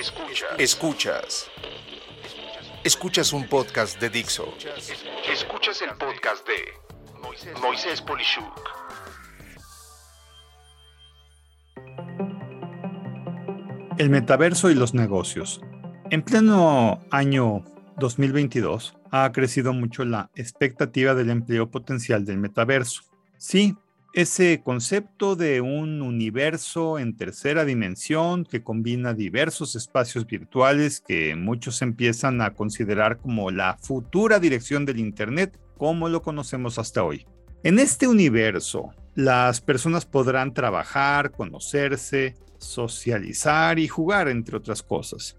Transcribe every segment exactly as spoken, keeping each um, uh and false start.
Escuchas. Escuchas. Escuchas un podcast de Dixo. Escuchas el podcast de Moisés Polishuk. El metaverso y los negocios. En pleno año dos mil veintidós ha crecido mucho la expectativa del empleo potencial del metaverso. Sí, ese concepto de un universo en tercera dimensión que combina diversos espacios virtuales que muchos empiezan a considerar como la futura dirección del Internet como lo conocemos hasta hoy. En este universo, las personas podrán trabajar, conocerse, socializar y jugar, entre otras cosas.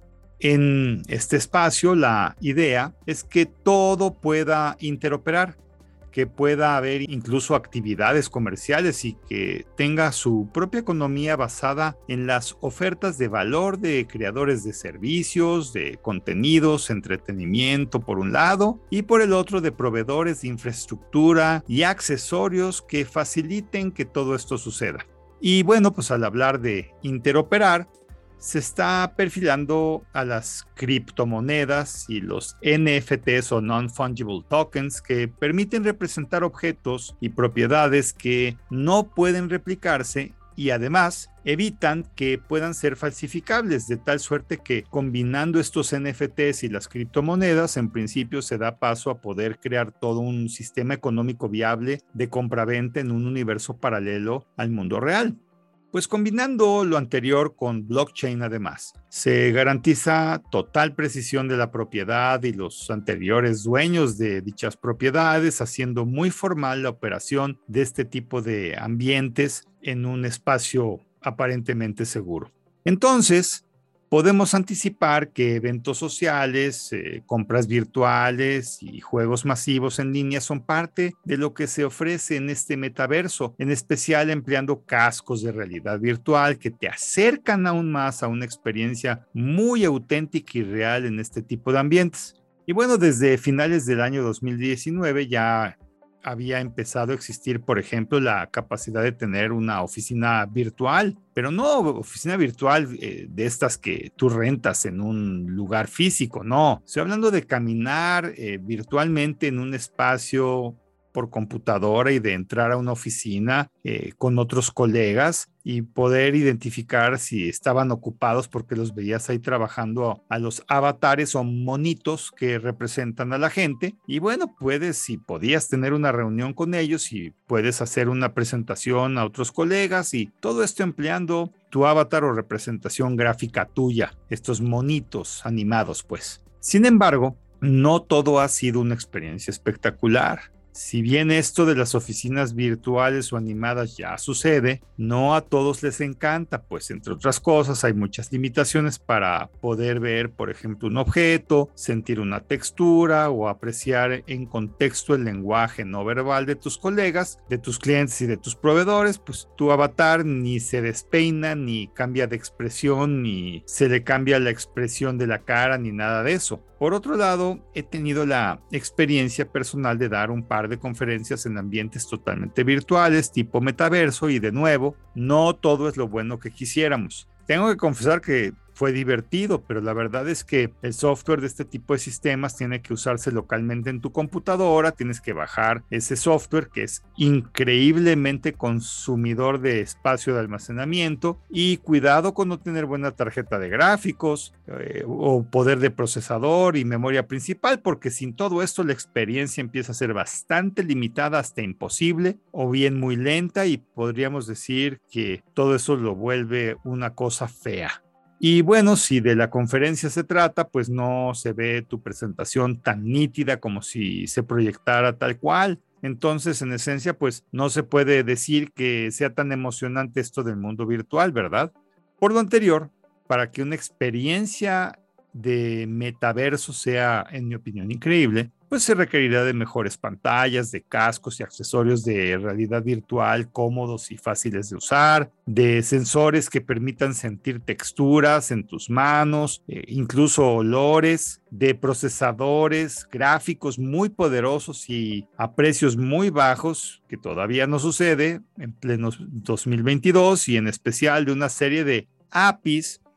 En este espacio, la idea es que todo pueda interoperar, que pueda haber incluso actividades comerciales y que tenga su propia economía basada en las ofertas de valor de creadores de servicios, de contenidos, entretenimiento por un lado, y por el otro de proveedores de infraestructura y accesorios que faciliten que todo esto suceda. Y bueno, pues al hablar de interoperar, se está perfilando a las criptomonedas y los N F Ts o Non-Fungible Tokens que permiten representar objetos y propiedades que no pueden replicarse y además evitan que puedan ser falsificables, de tal suerte que combinando estos N F Ts y las criptomonedas, en principio se da paso a poder crear todo un sistema económico viable de compraventa en un universo paralelo al mundo real. Pues combinando lo anterior con blockchain además, se garantiza total precisión de la propiedad y los anteriores dueños de dichas propiedades, haciendo muy formal la operación de este tipo de ambientes en un espacio aparentemente seguro. Entonces, podemos anticipar que eventos sociales, eh, compras virtuales y juegos masivos en línea son parte de lo que se ofrece en este metaverso, en especial empleando cascos de realidad virtual que te acercan aún más a una experiencia muy auténtica y real en este tipo de ambientes. Y bueno, desde finales del año dos mil diecinueve ya había empezado a existir, por ejemplo, la capacidad de tener una oficina virtual, pero no oficina virtual eh, de estas que tú rentas en un lugar físico, no. Estoy hablando de caminar eh, virtualmente en un espacio por computadora y de entrar a una oficina eh, con otros colegas y poder identificar si estaban ocupados porque los veías ahí trabajando a los avatares o monitos que representan a la gente. Y bueno, puedes, si podías tener una reunión con ellos y puedes hacer una presentación a otros colegas y todo esto empleando tu avatar o representación gráfica tuya, estos monitos animados pues. Sin embargo, no todo ha sido una experiencia espectacular. Si bien esto de las oficinas virtuales o animadas ya sucede, no a todos les encanta, pues entre otras cosas hay muchas limitaciones para poder ver, por ejemplo, un objeto, sentir una textura o apreciar en contexto el lenguaje no verbal de tus colegas, de tus clientes y de tus proveedores. Pues tu avatar ni se despeina, ni cambia de expresión, ni se le cambia la expresión de la cara, ni nada de eso. Por otro lado, he tenido la experiencia personal de dar un par de conferencias en ambientes totalmente virtuales, tipo metaverso, y de nuevo, no todo es lo bueno que quisiéramos. Tengo que confesar que fue divertido, pero la verdad es que el software de este tipo de sistemas tiene que usarse localmente en tu computadora, tienes que bajar ese software que es increíblemente consumidor de espacio de almacenamiento y cuidado con no tener buena tarjeta de gráficos eh, o poder de procesador y memoria principal, porque sin todo esto la experiencia empieza a ser bastante limitada hasta imposible o bien muy lenta y podríamos decir que todo eso lo vuelve una cosa fea. Y bueno, si de la conferencia se trata, pues no se ve tu presentación tan nítida como si se proyectara tal cual. Entonces, en esencia, pues no se puede decir que sea tan emocionante esto del mundo virtual, ¿verdad? Por lo anterior, para que una experiencia de metaverso sea, en mi opinión, increíble, pues se requerirá de mejores pantallas, de cascos y accesorios de realidad virtual cómodos y fáciles de usar, de sensores que permitan sentir texturas en tus manos, eh, incluso olores, de procesadores gráficos muy poderosos y a precios muy bajos, que todavía no sucede en pleno dos mil veintidós, y en especial de una serie de A P Is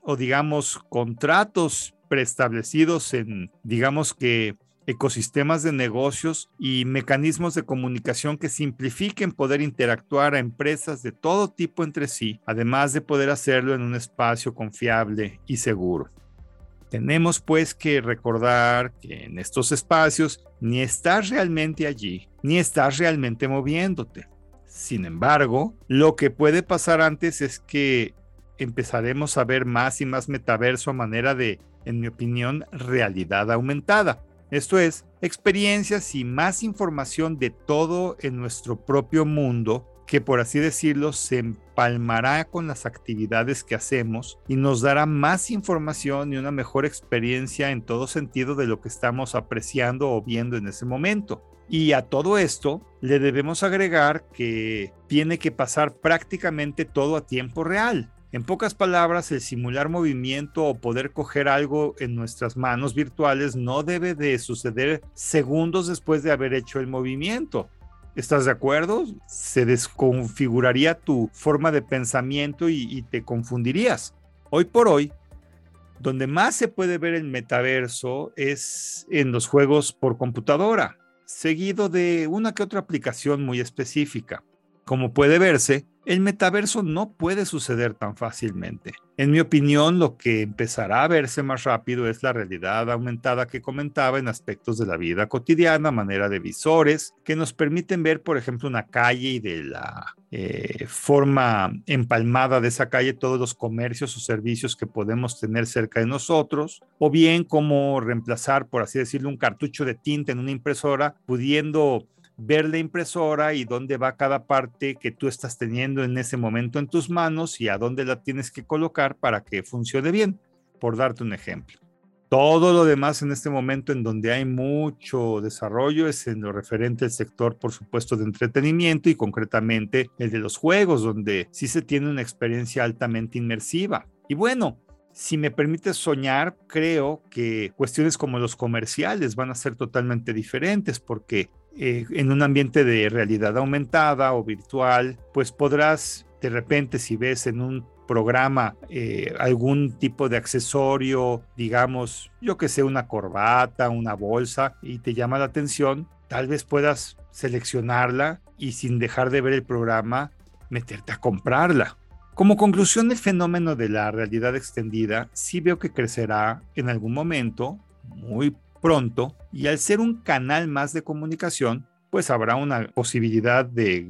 o digamos contratos preestablecidos en, digamos que, ecosistemas de negocios y mecanismos de comunicación que simplifiquen poder interactuar a empresas de todo tipo entre sí, además de poder hacerlo en un espacio confiable y seguro. Tenemos pues que recordar que en estos espacios ni estás realmente allí, ni estás realmente moviéndote. Sin embargo, lo que puede pasar antes es que empezaremos a ver más y más metaverso a manera de, en mi opinión, realidad aumentada. Esto es, experiencias y más información de todo en nuestro propio mundo que, por así decirlo, se empalmará con las actividades que hacemos y nos dará más información y una mejor experiencia en todo sentido de lo que estamos apreciando o viendo en ese momento. Y a todo esto le debemos agregar que tiene que pasar prácticamente todo a tiempo real. En pocas palabras, el simular movimiento o poder coger algo en nuestras manos virtuales no debe de suceder segundos después de haber hecho el movimiento. ¿Estás de acuerdo? Se desconfiguraría tu forma de pensamiento y, y te confundirías. Hoy por hoy, donde más se puede ver el metaverso es en los juegos por computadora, seguido de una que otra aplicación muy específica. Como puede verse, el metaverso no puede suceder tan fácilmente. En mi opinión, lo que empezará a verse más rápido es la realidad aumentada que comentaba en aspectos de la vida cotidiana, a manera de visores, que nos permiten ver, por ejemplo, una calle y de la eh, forma empalmada de esa calle todos los comercios o servicios que podemos tener cerca de nosotros, o bien como reemplazar, por así decirlo, un cartucho de tinta en una impresora, pudiendo ver la impresora y dónde va cada parte que tú estás teniendo en ese momento en tus manos y a dónde la tienes que colocar para que funcione bien, por darte un ejemplo. Todo lo demás en este momento en donde hay mucho desarrollo es en lo referente al sector, por supuesto, de entretenimiento y concretamente el de los juegos, donde sí se tiene una experiencia altamente inmersiva. Y bueno, si me permites soñar, creo que cuestiones como los comerciales van a ser totalmente diferentes porque eh, en un ambiente de realidad aumentada o virtual, pues podrás de repente, si ves en un programa eh, algún tipo de accesorio, digamos, yo que sé, una corbata, una bolsa, y te llama la atención, tal vez puedas seleccionarla y sin dejar de ver el programa, meterte a comprarla. Como conclusión del fenómeno de la realidad extendida, sí veo que crecerá en algún momento, muy pronto, y al ser un canal más de comunicación, pues habrá una posibilidad de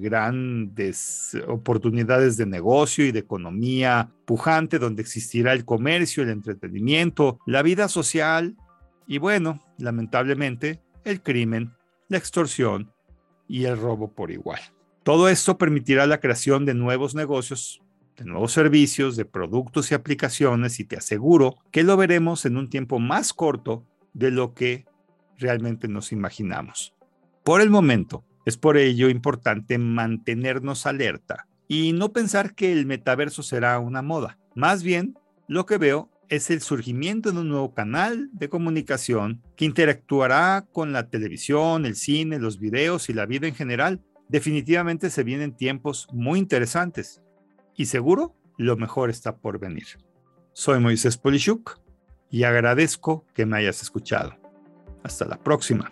grandes oportunidades de negocio y de economía pujante, donde existirá el comercio, el entretenimiento, la vida social y, bueno, lamentablemente, el crimen, la extorsión y el robo por igual. Todo esto permitirá la creación de nuevos negocios, de nuevos servicios, de productos y aplicaciones, y te aseguro que lo veremos en un tiempo más corto de lo que realmente nos imaginamos. Por el momento, es por ello importante mantenernos alerta y no pensar que el metaverso será una moda. Más bien, lo que veo es el surgimiento de un nuevo canal de comunicación que interactuará con la televisión, el cine, los videos y la vida en general. Definitivamente se vienen tiempos muy interesantes y seguro lo mejor está por venir. Soy Moisés Polishuk y agradezco que me hayas escuchado. Hasta la próxima.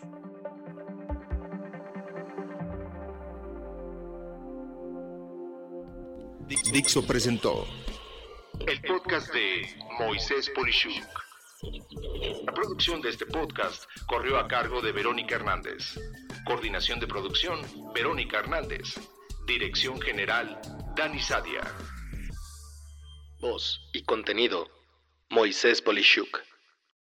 Dixo presentó el podcast de Moisés Polishuk. La producción de este podcast corrió a cargo de Verónica Hernández. Coordinación de producción, Verónica Hernández. Dirección general, Dani Sadia. Voz y contenido, Moisés Polishuk.